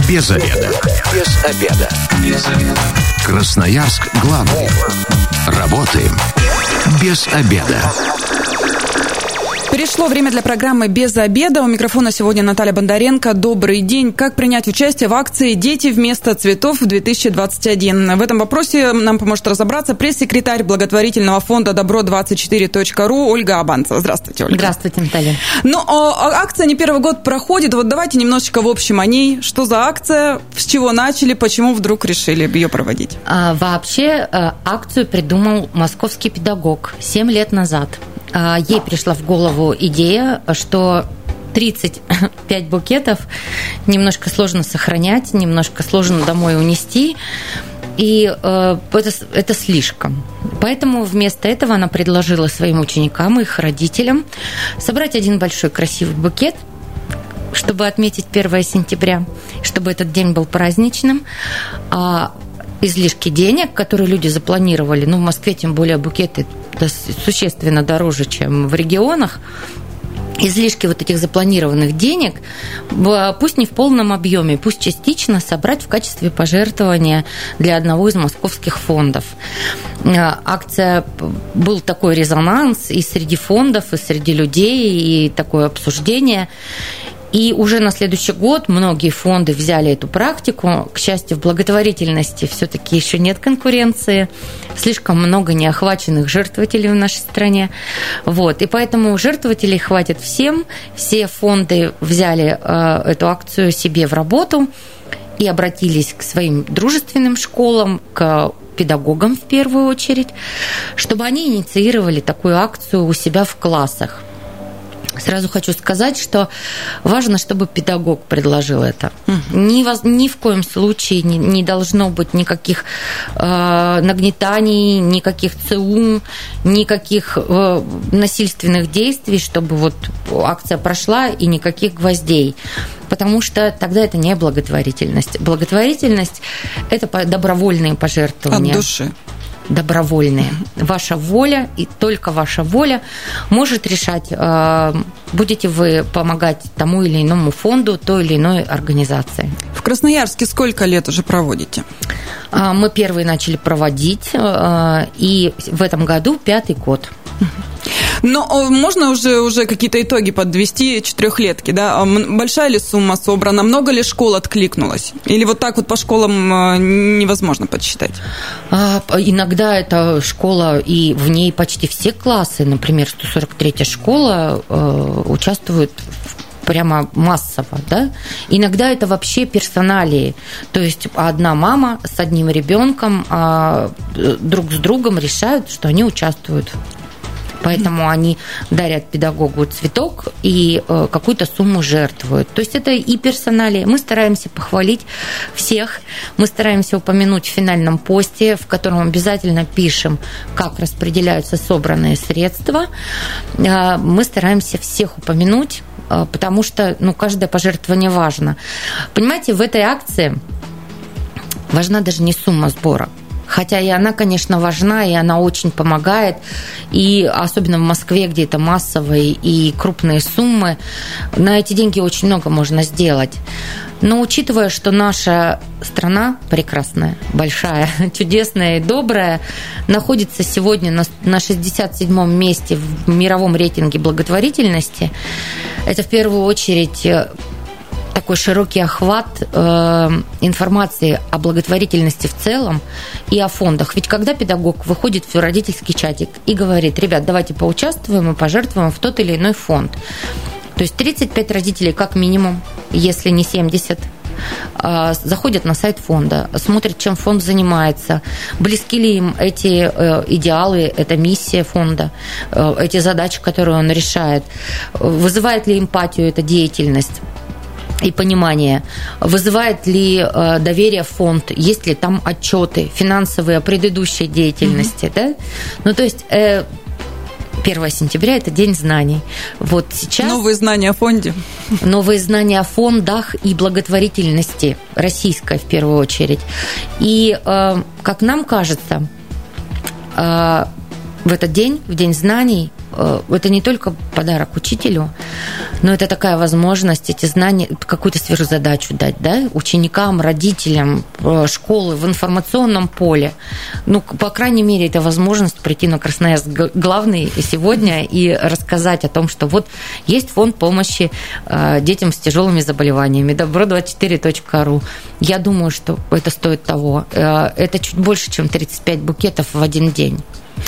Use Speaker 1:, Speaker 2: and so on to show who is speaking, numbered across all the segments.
Speaker 1: Без обеда. Без обеда. Без обеда. Красноярск главный. Работаем без обеда.
Speaker 2: Пришло время для программы «Без обеда». У микрофона сегодня Наталья Бондаренко. Добрый день. Как принять участие в акции «Дети вместо цветов-2021»? В этом вопросе нам поможет разобраться пресс-секретарь благотворительного фонда Добро24.ру Ольга Абанцева. Здравствуйте, Ольга.
Speaker 3: Здравствуйте, Наталья.
Speaker 2: Ну, акция не первый год проходит. Вот давайте немножечко в общем о ней. Что за акция? С чего начали? Почему вдруг решили ее проводить?
Speaker 3: Вообще акцию придумал московский педагог 7 лет назад. Ей пришла в голову идея, что 35 букетов немножко сложно сохранять, немножко сложно домой унести, и это слишком. Поэтому вместо этого она предложила своим ученикам и их родителям собрать один большой красивый букет, чтобы отметить 1 сентября, чтобы этот день был праздничным. Излишки денег, которые люди запланировали, в Москве тем более букеты существенно дороже, чем в регионах, излишки вот этих запланированных денег, пусть не в полном объеме, пусть частично собрать в качестве пожертвования для одного из московских фондов. Акция, был такой резонанс и среди фондов, и среди людей, и такое обсуждение. И уже на следующий год многие фонды взяли эту практику. К счастью, в благотворительности все-таки еще нет конкуренции. Слишком много неохваченных жертвователей в нашей стране. И поэтому жертвователей хватит всем. Все фонды взяли эту акцию себе в работу и обратились к своим дружественным школам, к педагогам в первую очередь, чтобы они инициировали такую акцию у себя в классах. Сразу хочу сказать, что важно, чтобы педагог предложил это. Ни в коем случае не должно быть никаких нагнетаний, никаких ЦУ, никаких насильственных действий, чтобы акция прошла и никаких гвоздей. Потому что тогда это не благотворительность. Благотворительность – это добровольные пожертвования.
Speaker 2: От души.
Speaker 3: Добровольные. Ваша воля и только ваша воля может решать, будете вы помогать тому или иному фонду, той или иной организации.
Speaker 2: В Красноярске сколько лет уже проводите?
Speaker 3: Мы первые начали проводить, и в этом году 5-й год.
Speaker 2: Но можно уже какие-то итоги подвести четырехлетки, да? Большая ли сумма собрана? Много ли школ откликнулось? Или вот так вот по школам невозможно подсчитать?
Speaker 3: Иногда это школа, и в ней почти все классы, например, 143-я школа участвуют прямо массово, да? Иногда это вообще персоналии, то есть одна мама с одним ребенком друг с другом решают, что они участвуют. Поэтому они дарят педагогу цветок и какую-то сумму жертвуют. То есть это и персоналия. Мы стараемся похвалить всех. Мы стараемся упомянуть в финальном посте, в котором обязательно пишем, как распределяются собранные средства. Мы стараемся всех упомянуть, потому что каждое пожертвование важно. Понимаете, в этой акции важна даже не сумма сбора. Хотя и она, конечно, важна, и она очень помогает. И особенно в Москве, где это массовые и крупные суммы, на эти деньги очень много можно сделать. Но учитывая, что наша страна прекрасная, большая, чудесная и добрая, находится сегодня на 67-м месте в мировом рейтинге благотворительности, это в первую очередь такой широкий охват информации о благотворительности в целом и о фондах. Ведь когда педагог выходит в родительский чатик и говорит: ребят, давайте поучаствуем и пожертвуем в тот или иной фонд. То есть 35 родителей как минимум, если не 70, заходят на сайт фонда, смотрят, чем фонд занимается, близки ли им эти идеалы, эта миссия фонда, эти задачи, которые он решает, вызывает ли эмпатию эта деятельность и понимание, вызывает ли доверие в фонд, есть ли там отчеты финансовые о предыдущей деятельности. Да? То есть 1 сентября – это День знаний. Вот сейчас
Speaker 2: новые знания о фонде.
Speaker 3: Новые знания о фондах и благотворительности российской в первую очередь. И, как нам кажется, в этот день, в День знаний, это не только подарок учителю, но это такая возможность эти знания, какую-то сверхзадачу дать, да, ученикам, родителям, школы в информационном поле. Ну, по крайней мере, это возможность прийти на Красноярск главный сегодня и рассказать о том, что вот есть фонд помощи детям с тяжелыми заболеваниями, добро24.ру. Я думаю, что это стоит того. Это чуть больше, чем 35 букетов в один день.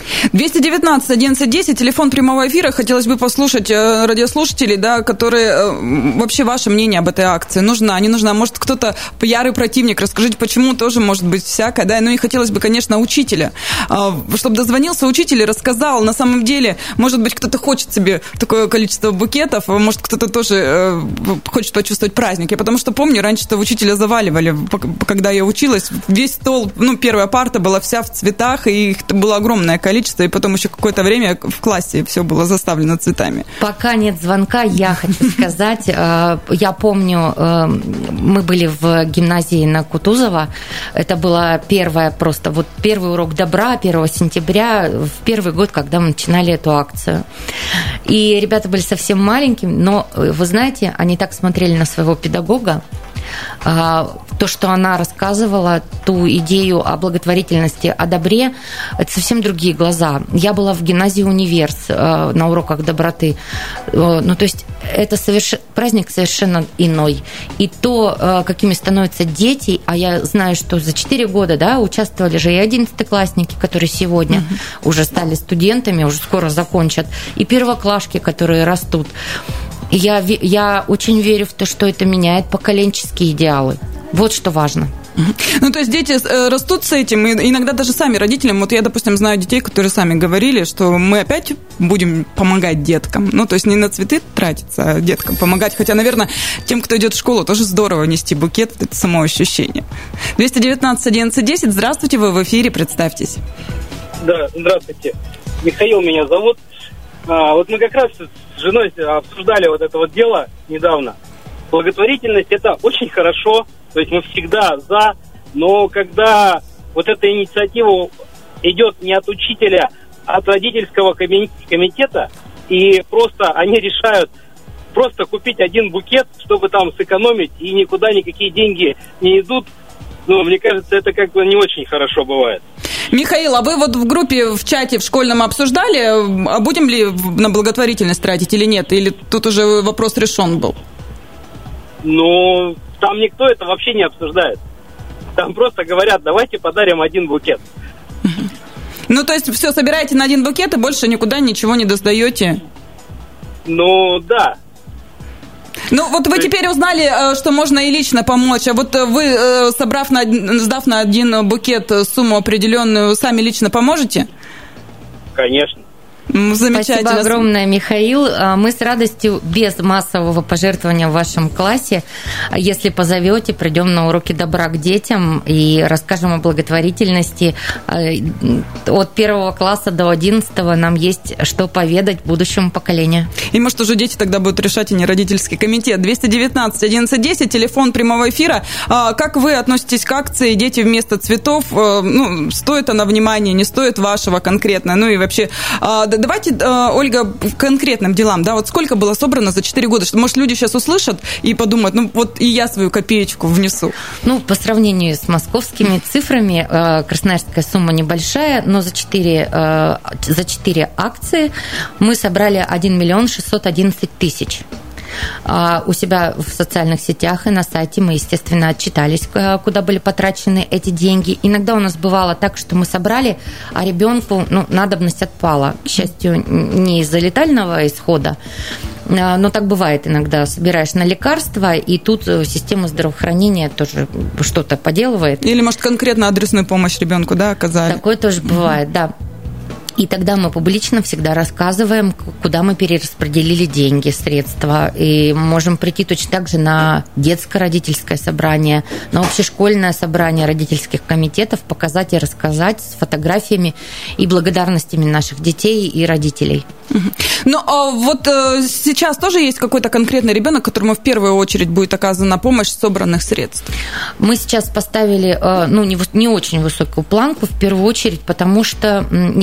Speaker 2: 219-11-10, телефон прямого эфира. Хотелось бы послушать радиослушателей, да, которые вообще ваше мнение об этой акции. Нужна, не нужна? Может, кто-то ярый противник? Расскажите, почему, тоже может быть всякое, да? Ну и хотелось бы, конечно, учителя. Чтобы дозвонился учитель и рассказал. На самом деле, может быть, кто-то хочет себе такое количество букетов, может, кто-то тоже хочет почувствовать праздник. Я потому что помню, раньше-то учителя заваливали, когда я училась. Весь стол, первая парта была вся в цветах, и их было огромное количество, и потом еще какое-то время в классе все было заставлено цветами.
Speaker 3: Пока нет звонка, я хочу сказать, я помню, мы были в гимназии на Кутузова, это была первая просто, вот первый урок добра 1 сентября, в первый год, когда мы начинали эту акцию. И ребята были совсем маленькими, но, вы знаете, они так смотрели на своего педагога, то, что она рассказывала, ту идею о благотворительности, о добре, это совсем другие глаза. Я была в гимназии «Универс» на уроках доброты. Ну, то есть это праздник совершенно иной. И то, какими становятся дети, а я знаю, что за 4 года, да, участвовали же и 11-классники, которые сегодня уже стали студентами, уже скоро закончат, и первоклашки, которые растут. Я очень верю в то, что это меняет поколенческие идеалы. Вот что важно.
Speaker 2: Ну, то есть дети растут с этим, и иногда даже сами родителям, вот я, допустим, знаю детей, которые сами говорили, что мы опять будем помогать деткам. Ну, то есть не на цветы тратиться, а деткам помогать. Хотя, наверное, тем, кто идет в школу, тоже здорово нести букет, это само ощущение. 219-11-10, здравствуйте, вы в эфире, представьтесь.
Speaker 4: Да, здравствуйте. Михаил меня зовут. Вот мы как раз с женой обсуждали вот это вот дело недавно. Благотворительность – это очень хорошо, то есть мы всегда за, но когда вот эта инициатива идет не от учителя, а от родительского комитета, и просто они решают просто купить один букет, чтобы там сэкономить, и никуда никакие деньги не идут, ну, мне кажется, это как бы не очень хорошо бывает.
Speaker 2: Михаил, а вы вот в группе, в чате в школьном обсуждали, а будем ли на благотворительность тратить или нет? Или тут уже вопрос решен был?
Speaker 4: Ну, там никто это вообще не обсуждает. Там просто говорят, давайте подарим один букет.
Speaker 2: Ну, то есть все, собираете на один букет и больше никуда ничего не достаете?
Speaker 4: Ну, да.
Speaker 2: Ну, вот вы теперь узнали, что можно и лично помочь, а вот вы, сдав на один букет сумму определенную, сами лично поможете?
Speaker 4: Конечно.
Speaker 2: Замечательно.
Speaker 3: Спасибо огромное, Михаил. Мы с радостью, без массового пожертвования в вашем классе, если позовете, придем на уроки добра к детям и расскажем о благотворительности. От 1 класса до 11 нам есть что поведать будущему поколению.
Speaker 2: И, может, уже дети тогда будут решать, и не родительский комитет. 219-11-10, телефон прямого эфира. Как вы относитесь к акции «Дети вместо цветов»? Ну, стоит она внимания, не стоит вашего конкретно? Ну и вообще... Давайте, Ольга, к конкретным делам, да, вот сколько было собрано за 4 года, что, может, люди сейчас услышат и подумают, ну, вот и я свою копеечку внесу.
Speaker 3: Ну, по сравнению с московскими цифрами, красноярская сумма небольшая, но за 4 акции мы собрали 1 миллион 611 тысяч. У себя в социальных сетях и на сайте мы, естественно, отчитались, куда были потрачены эти деньги. Иногда у нас бывало так, что мы собрали, а ребенку надобность отпала. К счастью, не из-за летального исхода, но так бывает иногда. Собираешь на лекарства, и тут система здравоохранения тоже что-то поделывает.
Speaker 2: Или, может, конкретно адресную помощь ребенку, да, оказали?
Speaker 3: Такое тоже бывает, да. И тогда мы публично всегда рассказываем, куда мы перераспределили деньги, средства. И можем прийти точно так же на детско-родительское собрание, на общешкольное собрание родительских комитетов, показать и рассказать с фотографиями и благодарностями наших детей и родителей.
Speaker 2: Ну, а вот сейчас тоже есть какой-то конкретный ребенок, которому в первую очередь будет оказана помощь с собранных средств?
Speaker 3: Мы сейчас поставили не очень высокую планку, в первую очередь, не потому что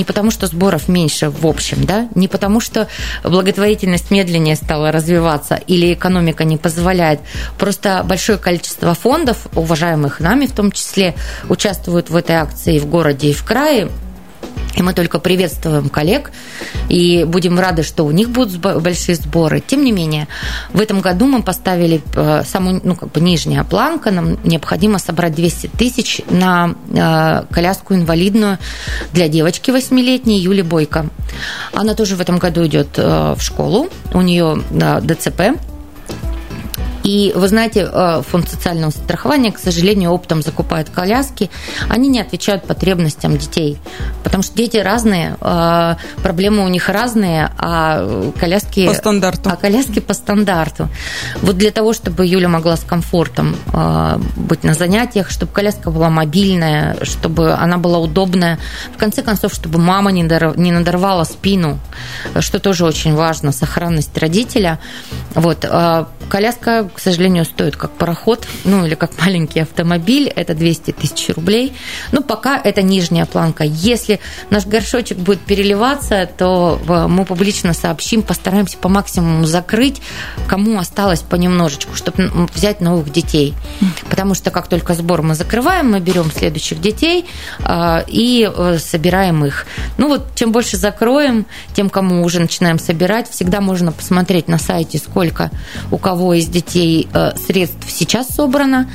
Speaker 3: что сборов меньше в общем, да, не потому что благотворительность медленнее стала развиваться или экономика не позволяет, просто большое количество фондов, уважаемых нами в том числе, участвуют в этой акции в городе и в крае. И мы только приветствуем коллег и будем рады, что у них будут большие сборы. Тем не менее, в этом году мы поставили самую, нижняя планка. Нам необходимо собрать 200 тысяч на коляску инвалидную для девочки 8-летней Юли Бойко. Она тоже в этом году идет в школу. У нее ДЦП. И вы знаете, фонд социального страхования, к сожалению, оптом закупает коляски. Они не отвечают потребностям детей, потому что дети разные, проблемы у них разные, а коляски по стандарту. Вот для того, чтобы Юля могла с комфортом быть на занятиях, чтобы коляска была мобильная, чтобы она была удобная, в конце концов, чтобы мама не надорвала спину, что тоже очень важно, сохранность родителя. Вот. Коляска, к сожалению, стоит как пароход, или как маленький автомобиль, это 200 тысяч рублей. Пока это нижняя планка. Если наш горшочек будет переливаться, то мы публично сообщим, постараемся по максимуму закрыть, кому осталось понемножечку, чтобы взять новых детей. Потому что как только сбор мы закрываем, мы берем следующих детей и собираем их. Чем больше закроем, тем, кому уже начинаем собирать, всегда можно посмотреть на сайте, сколько у кого из детей средств сейчас собрано.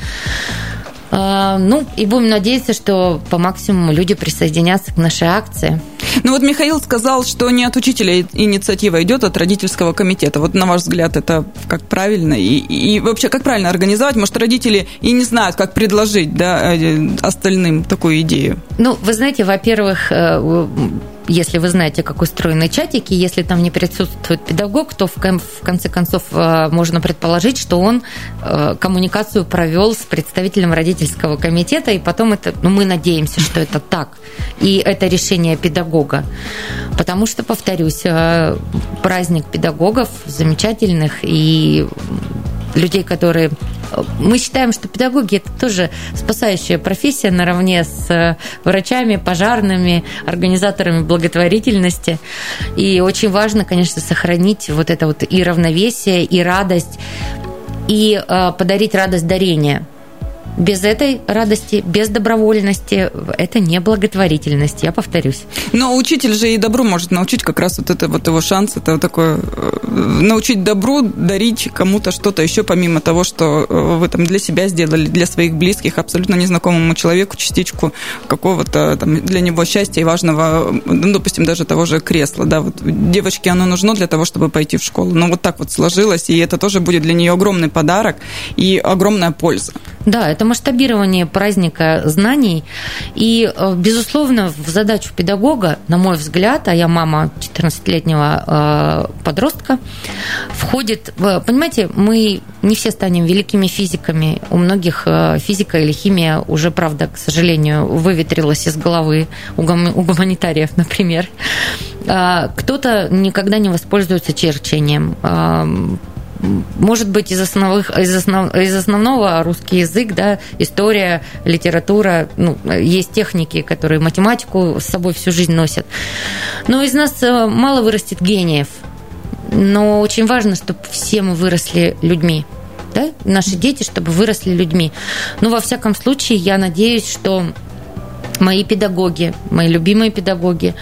Speaker 3: И будем надеяться, что по максимуму люди присоединятся к нашей акции.
Speaker 2: Михаил сказал, что не от учителя инициатива идет, от родительского комитета. На ваш взгляд, это как правильно? И вообще, как правильно организовать? Может, родители и не знают, как предложить остальным такую идею?
Speaker 3: Вы знаете, во-первых, если вы знаете, как устроены чатики, если там не присутствует педагог, то в конце концов можно предположить, что он коммуникацию провел с представителем родительского комитета, и потом мы надеемся, что это так, и это решение педагога. Потому что, повторюсь, праздник педагогов замечательных и людей, которые... Мы считаем, что педагоги – это тоже спасающая профессия наравне с врачами, пожарными, организаторами благотворительности. И очень важно, конечно, сохранить это и равновесие, и радость, и подарить радость дарения. Без этой радости, без добровольности это не благотворительность, я повторюсь.
Speaker 2: Но учитель же и добру может научить, как раз это его шанс, это такое научить добру, дарить кому-то что-то еще, помимо того, что вы для себя сделали, для своих близких, абсолютно незнакомому человеку частичку какого-то для него счастья и важного, допустим, даже того же кресла. Девочке оно нужно для того, чтобы пойти в школу. Но так сложилось, и это тоже будет для нее огромный подарок и огромная польза.
Speaker 3: Да, это масштабирование праздника знаний. И, безусловно, в задачу педагога, на мой взгляд, а я мама 14-летнего подростка, входит... Понимаете, мы не все станем великими физиками. У многих физика или химия уже, правда, к сожалению, выветрилась из головы. У гуманитариев, например. Кто-то никогда не воспользуется черчением. Может быть, из основного русский язык, история, литература, есть техники, которые математику с собой всю жизнь носят. Но из нас мало вырастет гениев. Но очень важно, чтобы все мы выросли людьми. Наши дети, чтобы выросли людьми. Во всяком случае, я надеюсь, что мои педагоги, мои любимые педагоги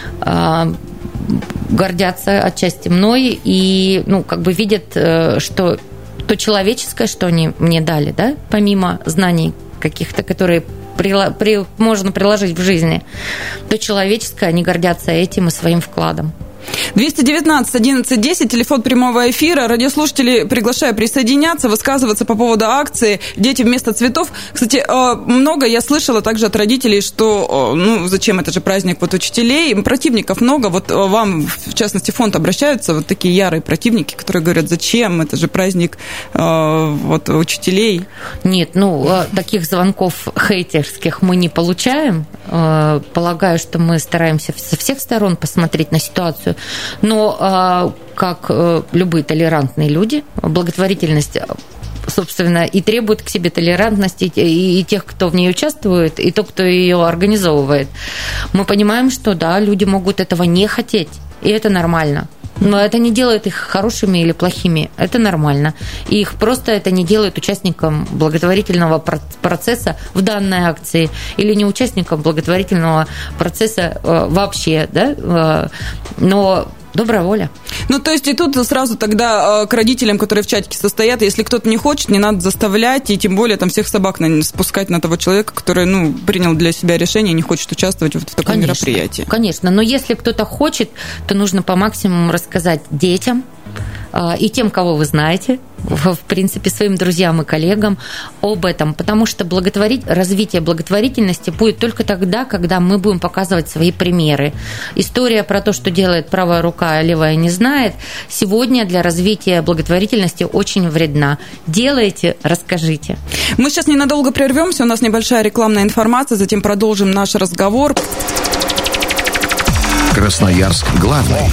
Speaker 3: гордятся отчасти мной и, видят, что то человеческое, что они мне дали, помимо знаний каких-то, которые можно приложить в жизни, то человеческое, они гордятся этим и своим вкладом.
Speaker 2: 219-11-10, телефон прямого эфира. Радиослушатели приглашаю присоединяться, высказываться по поводу акции «Дети вместо цветов». Кстати, много я слышала также от родителей, что, зачем, это же праздник учителей. Противников много. Вам, в частности, фонд обращаются, такие ярые противники, которые говорят, зачем, это же праздник учителей.
Speaker 3: Нет, таких звонков хейтерских мы не получаем. Полагаю, что мы стараемся со всех сторон посмотреть на ситуацию. Но, как любые толерантные люди, благотворительность собственно, и требует к себе толерантности и тех, кто в ней участвует, и тот, кто ее организовывает. Мы понимаем, что да, люди могут этого не хотеть, и это нормально. Но это не делает их хорошими или плохими. Это нормально. И их просто это не делает участником благотворительного процесса в данной акции или не участником благотворительного процесса вообще. Да? Но добрая воля.
Speaker 2: Ну, то есть и тут сразу тогда к родителям, которые в чатике состоят, если кто-то не хочет, не надо заставлять, и тем более там всех собак спускать на того человека, который, принял для себя решение и не хочет участвовать в таком мероприятии.
Speaker 3: Конечно, но если кто-то хочет, то нужно по максимуму рассказать детям и тем, кого вы знаете, в принципе, своим друзьям и коллегам об этом, потому что развитие благотворительности будет только тогда, когда мы будем показывать свои примеры. История про то, что делает правая рука, а левая не знает, сегодня для развития благотворительности очень вредна. Делайте, расскажите.
Speaker 2: Мы сейчас ненадолго прервемся, у нас небольшая рекламная информация, затем продолжим наш разговор.
Speaker 1: Красноярск главный.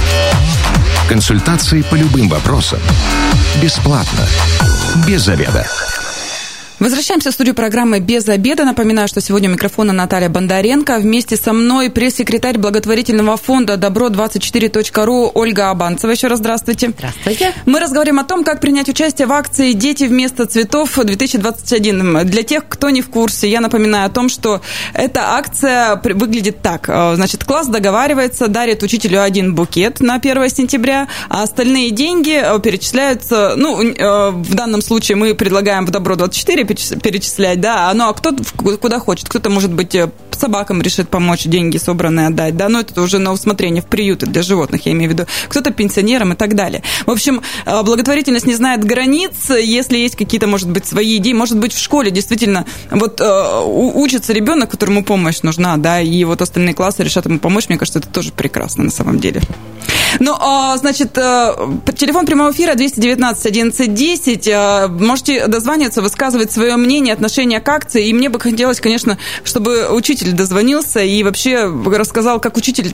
Speaker 1: Консультации по любым вопросам. Бесплатно. Без заведа.
Speaker 2: Возвращаемся в студию программы «Без обеда». Напоминаю, что сегодня у микрофона Наталья Бондаренко. Вместе со мной пресс-секретарь благотворительного фонда Добро24.ру Ольга Абанцева. Еще раз здравствуйте.
Speaker 3: Здравствуйте.
Speaker 2: Мы разговариваем о том, как принять участие в акции «Дети вместо цветов-2021». Для тех, кто не в курсе, я напоминаю о том, что эта акция выглядит так. Значит, класс договаривается, дарит учителю один букет на 1 сентября, а остальные деньги перечисляются, в данном случае мы предлагаем в Добро24 перечислять, да, а кто куда хочет. Кто-то, может быть, собакам решит помочь, деньги собранные отдать, да, но это уже на усмотрение в приюты для животных, я имею в виду. Кто-то пенсионерам и так далее. В общем, благотворительность не знает границ, если есть какие-то, может быть, свои идеи, может быть, в школе действительно учится ребенок, которому помощь нужна, да, и остальные классы решат ему помочь, мне кажется, это тоже прекрасно на самом деле. Значит, телефон прямого эфира 219 11 10. Можете дозваниваться, высказывать свое мнение, отношение к акции. И мне бы хотелось, конечно, чтобы учитель дозвонился и вообще рассказал, как учитель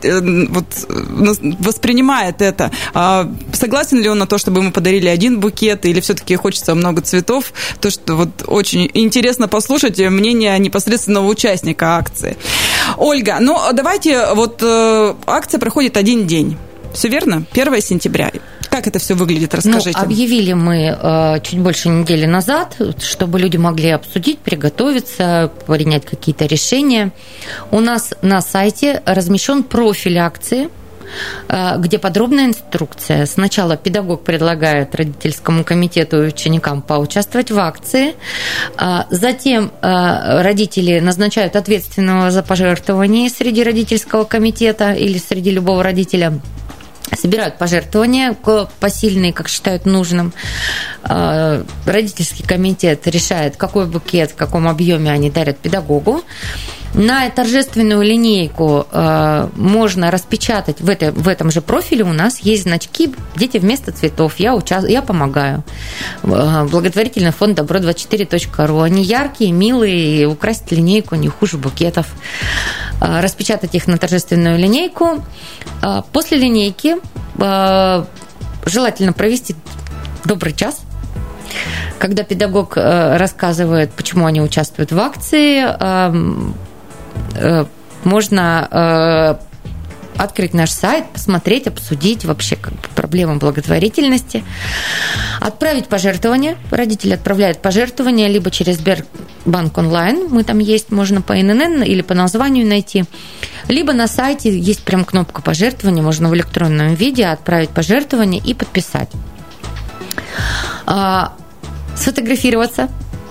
Speaker 2: воспринимает это. Согласен ли он на то, чтобы ему подарили один букет, или все-таки хочется много цветов? То, что очень интересно послушать мнение непосредственного участника акции. Ольга, давайте, акция проходит один день. Все верно? 1 сентября. Как это все выглядит? Расскажите.
Speaker 3: Объявили мы чуть больше недели назад, чтобы люди могли обсудить, приготовиться, принять какие-то решения. У нас на сайте размещен профиль акции, где подробная инструкция. Сначала педагог предлагает родительскому комитету и ученикам поучаствовать в акции. Затем родители назначают ответственного за пожертвование среди родительского комитета или среди любого родителя. Собирают пожертвования посильные, как считают нужным. Родительский комитет решает, какой букет, в каком объеме они дарят педагогу. На торжественную линейку можно распечатать, в этом же профиле у нас есть значки «Дети вместо цветов», я помогаю. Благотворительный фонд Добро24.ру. Они яркие, милые, украсить линейку не хуже букетов. Распечатать их на торжественную линейку. После линейки желательно провести добрый час, когда педагог рассказывает, почему они участвуют в акции. Можно открыть наш сайт, посмотреть, обсудить вообще проблемы благотворительности, отправить пожертвования. Родители отправляют пожертвования либо через Сбербанк онлайн, мы там есть, можно по ИНН или по названию найти, либо на сайте есть прям кнопка пожертвования, можно в электронном виде отправить пожертвование и подписать. Сфотографироваться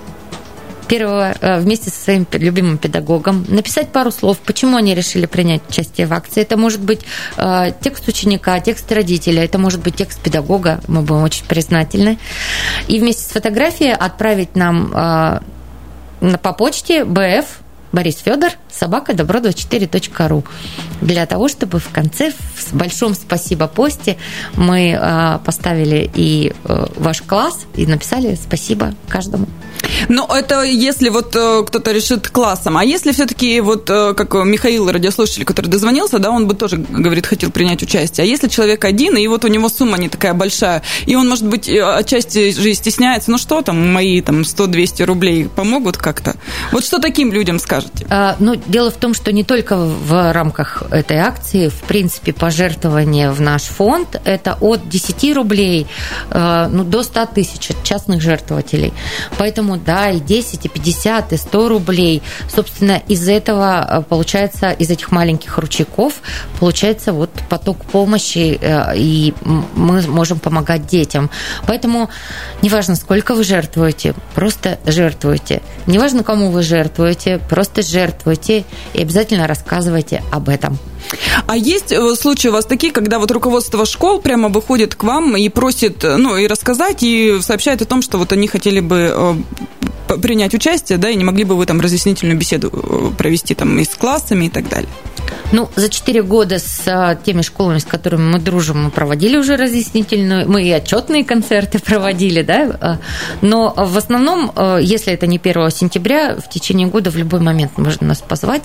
Speaker 3: вместе со своим любимым педагогом, написать пару слов, почему они решили принять участие в акции. Это может быть текст ученика, текст родителя, это может быть текст педагога, мы будем очень признательны. И вместе с фотографией отправить нам по почте БФ Борис Федор, @Добро24.ру, для того, чтобы в конце, в большом спасибо посте, мы поставили и ваш класс, и написали спасибо каждому.
Speaker 2: Но это если вот кто-то решит классом. А если все-таки вот как Михаил, радиослушатель, который дозвонился, да, он бы тоже, говорит, хотел принять участие. А если человек один, и вот у него сумма не такая большая, и он, может быть, отчасти же стесняется, ну что там, мои там 100-200 рублей помогут как-то? Вот что таким людям скажете?
Speaker 3: Ну, дело в том, что не только в рамках этой акции, в принципе, пожертвования в наш фонд, это от 10 рублей до 100 тысяч от частных жертвователей. Поэтому да, и 10, и 50, и 100 рублей. Собственно, из этого получается, из этих маленьких ручейков получается вот поток помощи, и мы можем помогать детям. Поэтому неважно, сколько вы жертвуете, просто жертвуйте. Неважно, кому вы жертвуете, просто жертвуйте и обязательно рассказывайте об этом.
Speaker 2: А есть случаи у вас такие, когда вот руководство школ прямо выходит к вам и просит, и рассказать, и сообщает о том, что вот они хотели бы принять участие, да, и не могли бы вы там разъяснительную беседу провести там и с классами и так далее?
Speaker 3: За 4 года с теми школами, с которыми мы дружим, мы проводили уже разъяснительную, мы и отчетные концерты проводили, да, но в основном, если это не 1 сентября, в течение года в любой момент можно нас позвать,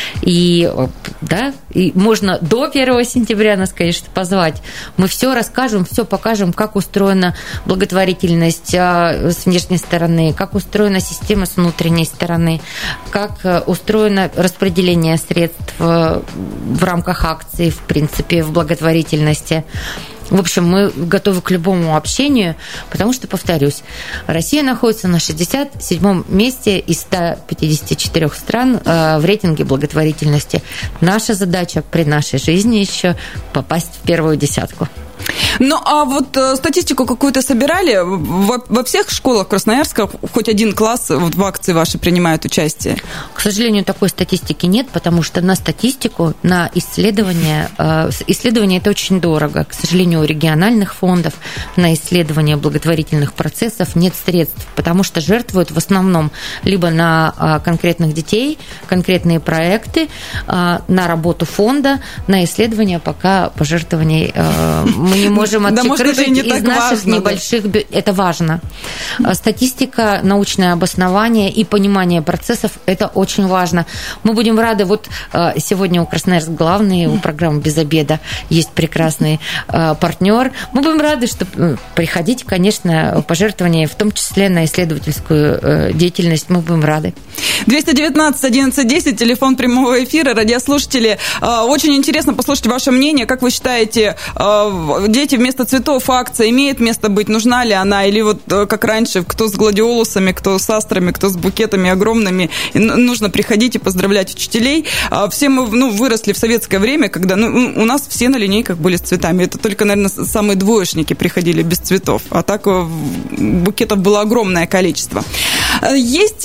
Speaker 3: и можно до 1 сентября нас, конечно, позвать. Мы все расскажем, все покажем, как устроена благотворительность с внешней стороны, как устроена система с внутренней стороны, как устроено распределение средств в рамках акции, в принципе, в благотворительности. В общем, мы готовы к любому общению, потому что, повторюсь, Россия находится на 67-м месте из 154 стран в рейтинге благотворительности. Наша задача при нашей жизни еще попасть в первую десятку.
Speaker 2: Ну, а вот статистику какую-то собирали? Во всех школах Красноярска хоть один класс в акции вашей принимает участие?
Speaker 3: К сожалению, такой статистики нет, потому что на статистику, на исследования это очень дорого. К сожалению, у региональных фондов на исследование благотворительных процессов нет средств, потому что жертвуют в основном либо на конкретных детей, конкретные проекты, на работу фонда, на исследования, пока пожертвований мы не можем отчекрыжить из наших небольших... Да. Это важно. Статистика, научное обоснование и понимание процессов – это очень важно. Мы будем рады, вот сегодня у Красноярск главный, у программы «Без обеда» есть прекрасный партнер. Мы будем рады, что приходите, конечно, пожертвования, в том числе на исследовательскую деятельность, мы будем рады.
Speaker 2: 219-11-10, телефон прямого эфира, радиослушатели. Очень интересно послушать ваше мнение. Как вы считаете, дети вместо цветов акция имеет место быть? Нужна ли она? Или вот как раньше, кто с гладиолусами, кто с астрами, кто с букетами огромными. И нужно приходить и поздравлять учителей. Все мы выросли в советское время, когда у нас все на линейках были с цветами. Это только, наверное, самые двоечники приходили без цветов. А так букетов было огромное количество. Есть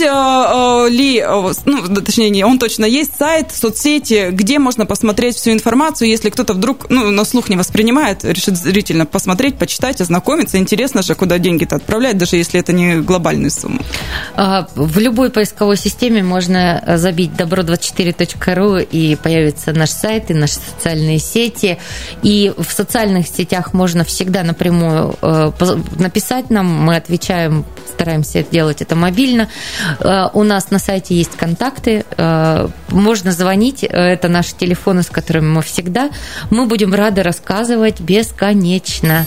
Speaker 2: ли, точнее, он точно есть, сайт, соцсети, где можно посмотреть всю информацию, если кто-то вдруг, на слух не воспринимает, решит зрительно посмотреть, почитать, ознакомиться. Интересно же, куда деньги-то отправлять, даже если это не глобальные суммы.
Speaker 3: В любой поисковой системе можно забить добро24.ру, и появится наш сайт и наши социальные сети. И в социальных сетях можно всегда напрямую написать нам, мы отвечаем, стараемся делать это мобильно. У нас на сайте есть контакты, можно звонить, это наши телефоны, с которыми мы всегда. Мы будем рады рассказывать бесконечно.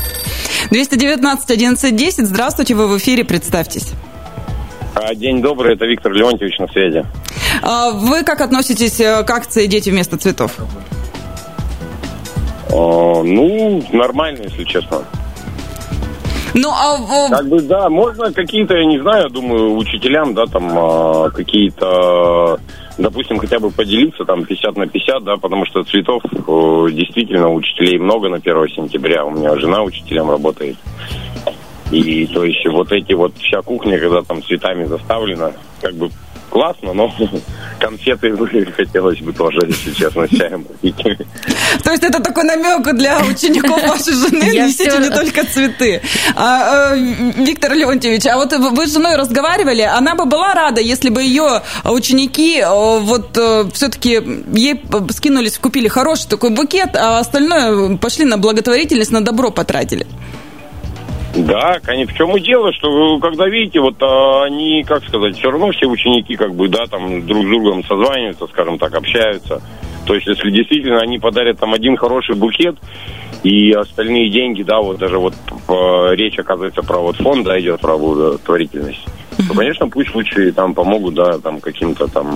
Speaker 2: 219-11-10, здравствуйте, вы в эфире, представьтесь.
Speaker 5: День добрый, это Виктор Леонтьевич на связи.
Speaker 2: Вы как относитесь к акции «Дети вместо цветов»?
Speaker 5: Нормально, если честно.
Speaker 2: Да,
Speaker 5: можно какие-то, я не знаю, думаю, учителям, да, там, какие-то, допустим, хотя бы поделиться, там, 50 на 50, да, потому что цветов действительно учителей много на 1 сентября, у меня жена учителем работает. И, то есть, вот эти вот, вся кухня, когда там цветами заставлена, как бы классно, но конфеты хотелось бы тоже, если честно, с чаем попить.
Speaker 2: То есть это такой намек для учеников вашей жены, несите не только цветы. Виктор Леонтьевич, а вот вы с женой разговаривали, она бы была рада, если бы ее ученики все-таки ей скинулись, купили хороший такой букет, а остальное пошли на благотворительность, на добро потратили?
Speaker 5: Да, конечно. В чем и дело, что когда видите, вот они, как сказать, все равно все ученики как бы, да, там друг с другом созваниваются, скажем так, общаются. То есть, если действительно они подарят там один хороший букет, и остальные деньги, да, вот даже вот речь, оказывается, про вот фонд, да, идет про благотворительность, то, конечно, пусть лучше там помогут, да, там каким-то там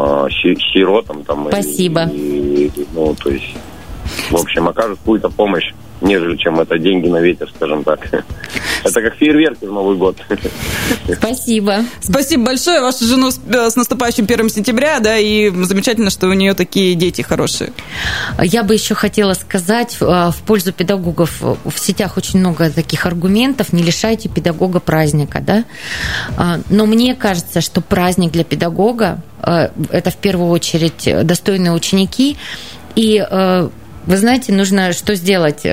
Speaker 5: сиротам. Там,
Speaker 3: спасибо.
Speaker 5: Ну, то есть, в общем, окажут какую-то помощь, нежели чем это деньги на ветер, скажем так. Это как фейерверки в Новый год.
Speaker 3: Спасибо.
Speaker 2: Спасибо большое. Вашу жену с наступающим 1 сентября, да, и замечательно, что у нее такие дети хорошие.
Speaker 3: Я бы еще хотела сказать в пользу педагогов. В сетях очень много таких аргументов. Не лишайте педагога праздника, да. Но мне кажется, что праздник для педагога – это в первую очередь достойные ученики. И вы знаете, нужно что сделать?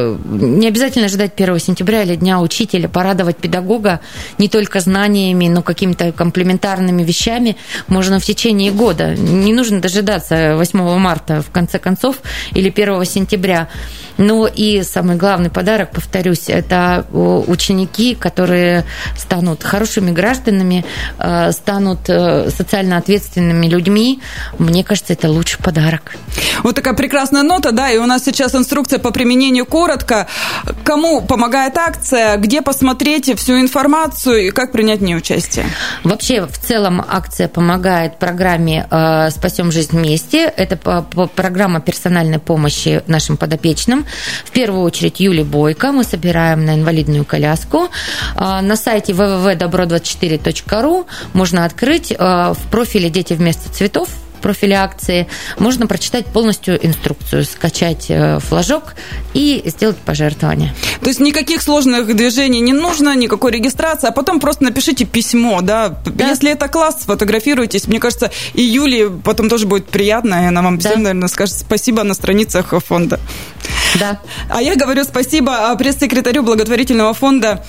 Speaker 3: Не обязательно ждать 1 сентября или Дня учителя, порадовать педагога не только знаниями, но какими-то комплементарными вещами можно в течение года. Не нужно дожидаться 8 марта, в конце концов, или 1 сентября. Но и самый главный подарок, повторюсь, это ученики, которые станут хорошими гражданами, станут социально ответственными людьми. Мне кажется, это лучший подарок.
Speaker 2: Вот такая прекрасная нота, да, и у нас сейчас инструкция по применению коротко. Кому помогает акция, где посмотреть всю информацию и как принять в ней участие?
Speaker 3: Вообще, в целом, акция помогает программе «Спасем жизнь вместе». Это программа персональной помощи нашим подопечным. В первую очередь Юлии Бойко. Мы собираем на инвалидную коляску. На сайте www.dobro24.ru можно открыть в профиле «Дети вместо цветов», в профиле акции, можно прочитать полностью инструкцию, скачать флажок и сделать пожертвование.
Speaker 2: То есть никаких сложных движений не нужно, никакой регистрации, а потом просто напишите письмо, да? Если это класс, сфотографируйтесь. Мне кажется, и Юле потом тоже будет приятно, и она вам всем, наверное, скажет спасибо на страницах фонда.
Speaker 3: Да.
Speaker 2: А я говорю спасибо пресс-секретарю благотворительного фонда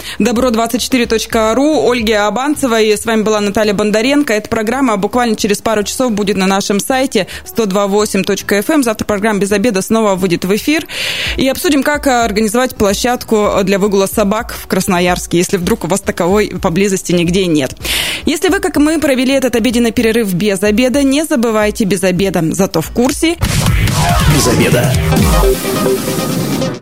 Speaker 2: Добро24.ру Ольге Абанцевой. С вами была Наталья Бондаренко. Эта программа буквально через пару часов будет на нашем сайте 102.8.fm. Завтра программа «Без обеда» снова выйдет в эфир. И обсудим, как организовать площадку для выгула собак в Красноярске, если вдруг у вас таковой поблизости нигде нет. Если вы, как и мы, провели этот обеденный перерыв без обеда, не забывайте без обеда. Зато в курсе...
Speaker 1: Без обеда.